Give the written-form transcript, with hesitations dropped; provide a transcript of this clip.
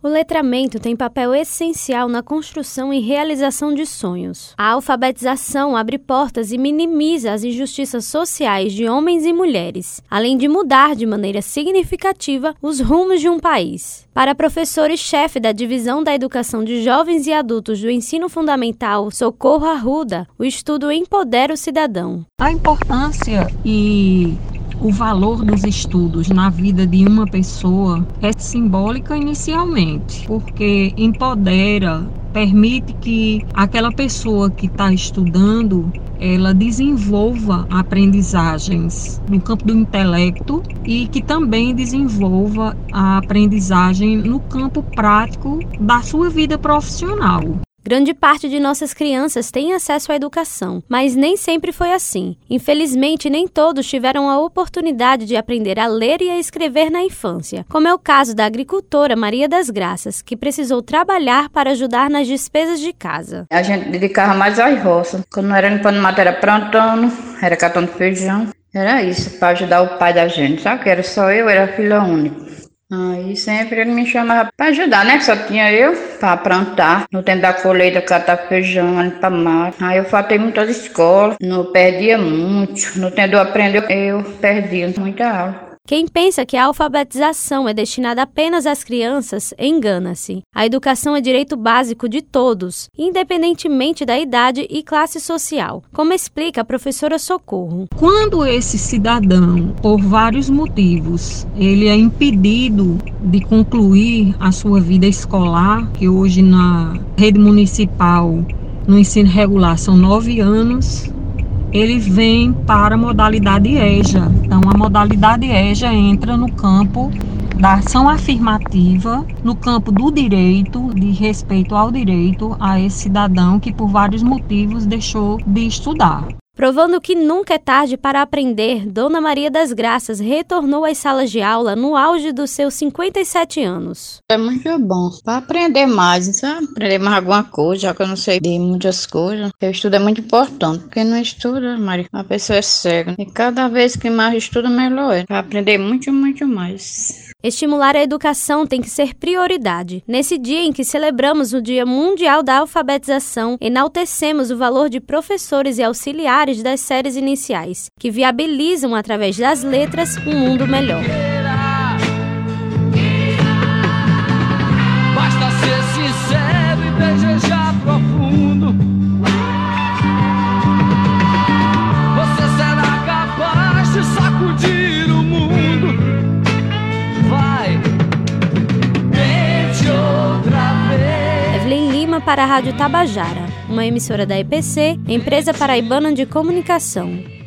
O letramento tem papel essencial na construção e realização de sonhos. A alfabetização abre portas e minimiza as injustiças sociais de homens e mulheres, além de mudar de maneira significativa os rumos de um país. Para a professora e chefe da Divisão da Educação de Jovens e Adultos do Ensino Fundamental, Socorro Arruda, o estudo empodera o cidadão. A importância e o valor dos estudos na vida de uma pessoa é simbólica inicialmente, porque empodera, permite que aquela pessoa que está estudando, ela desenvolva aprendizagens no campo do intelecto e que também desenvolva a aprendizagem no campo prático da sua vida profissional. Grande parte de nossas crianças tem acesso à educação, mas nem sempre foi assim. Infelizmente, nem todos tiveram a oportunidade de aprender a ler e a escrever na infância, como é o caso da agricultora Maria das Graças, que precisou trabalhar para ajudar nas despesas de casa. A gente dedicava mais às roças. Quando não era limpando mato, era plantando, era catando feijão. Era isso, para ajudar o pai da gente, sabe? Que era só eu, era filha única. Aí sempre ele me chamava para ajudar, né? Só tinha eu para plantar. No tempo da colheita, catar feijão, limpar mato. Aí eu faltei muitas escolas, não perdia muito. No tempo de eu aprender, eu perdia muita aula. Quem pensa que a alfabetização é destinada apenas às crianças, engana-se. A educação é direito básico de todos, independentemente da idade e classe social, como explica a professora Socorro. Quando esse cidadão, por vários motivos, ele é impedido de concluir a sua vida escolar, que hoje na rede municipal, no ensino regular, são 9 anos, ele vem para a modalidade EJA. Então, a modalidade EJA entra no campo da ação afirmativa, no campo do direito, de respeito ao direito a esse cidadão que, por vários motivos, deixou de estudar. Provando que nunca é tarde para aprender, Dona Maria das Graças retornou às salas de aula no auge dos seus 57 anos. É muito bom para aprender mais, sabe? Aprender mais alguma coisa, já que eu não sei de muitas coisas. O estudo é muito importante. Quem não estuda, Maria, a pessoa é cega. E cada vez que mais estuda, melhor é. Para aprender muito, muito mais. Estimular a educação tem que ser prioridade. Nesse dia em que celebramos o Dia Mundial da Alfabetização, enaltecemos o valor de professores e auxiliares das séries iniciais, que viabilizam, através das letras, um mundo melhor. Basta ser sincero e desejar profundo. Você será capaz de sacudir o mundo. Vai, tente outra vez. Evelyn Lima para a Rádio Tabajara, uma emissora da EPC, Empresa Paraibana de Comunicação.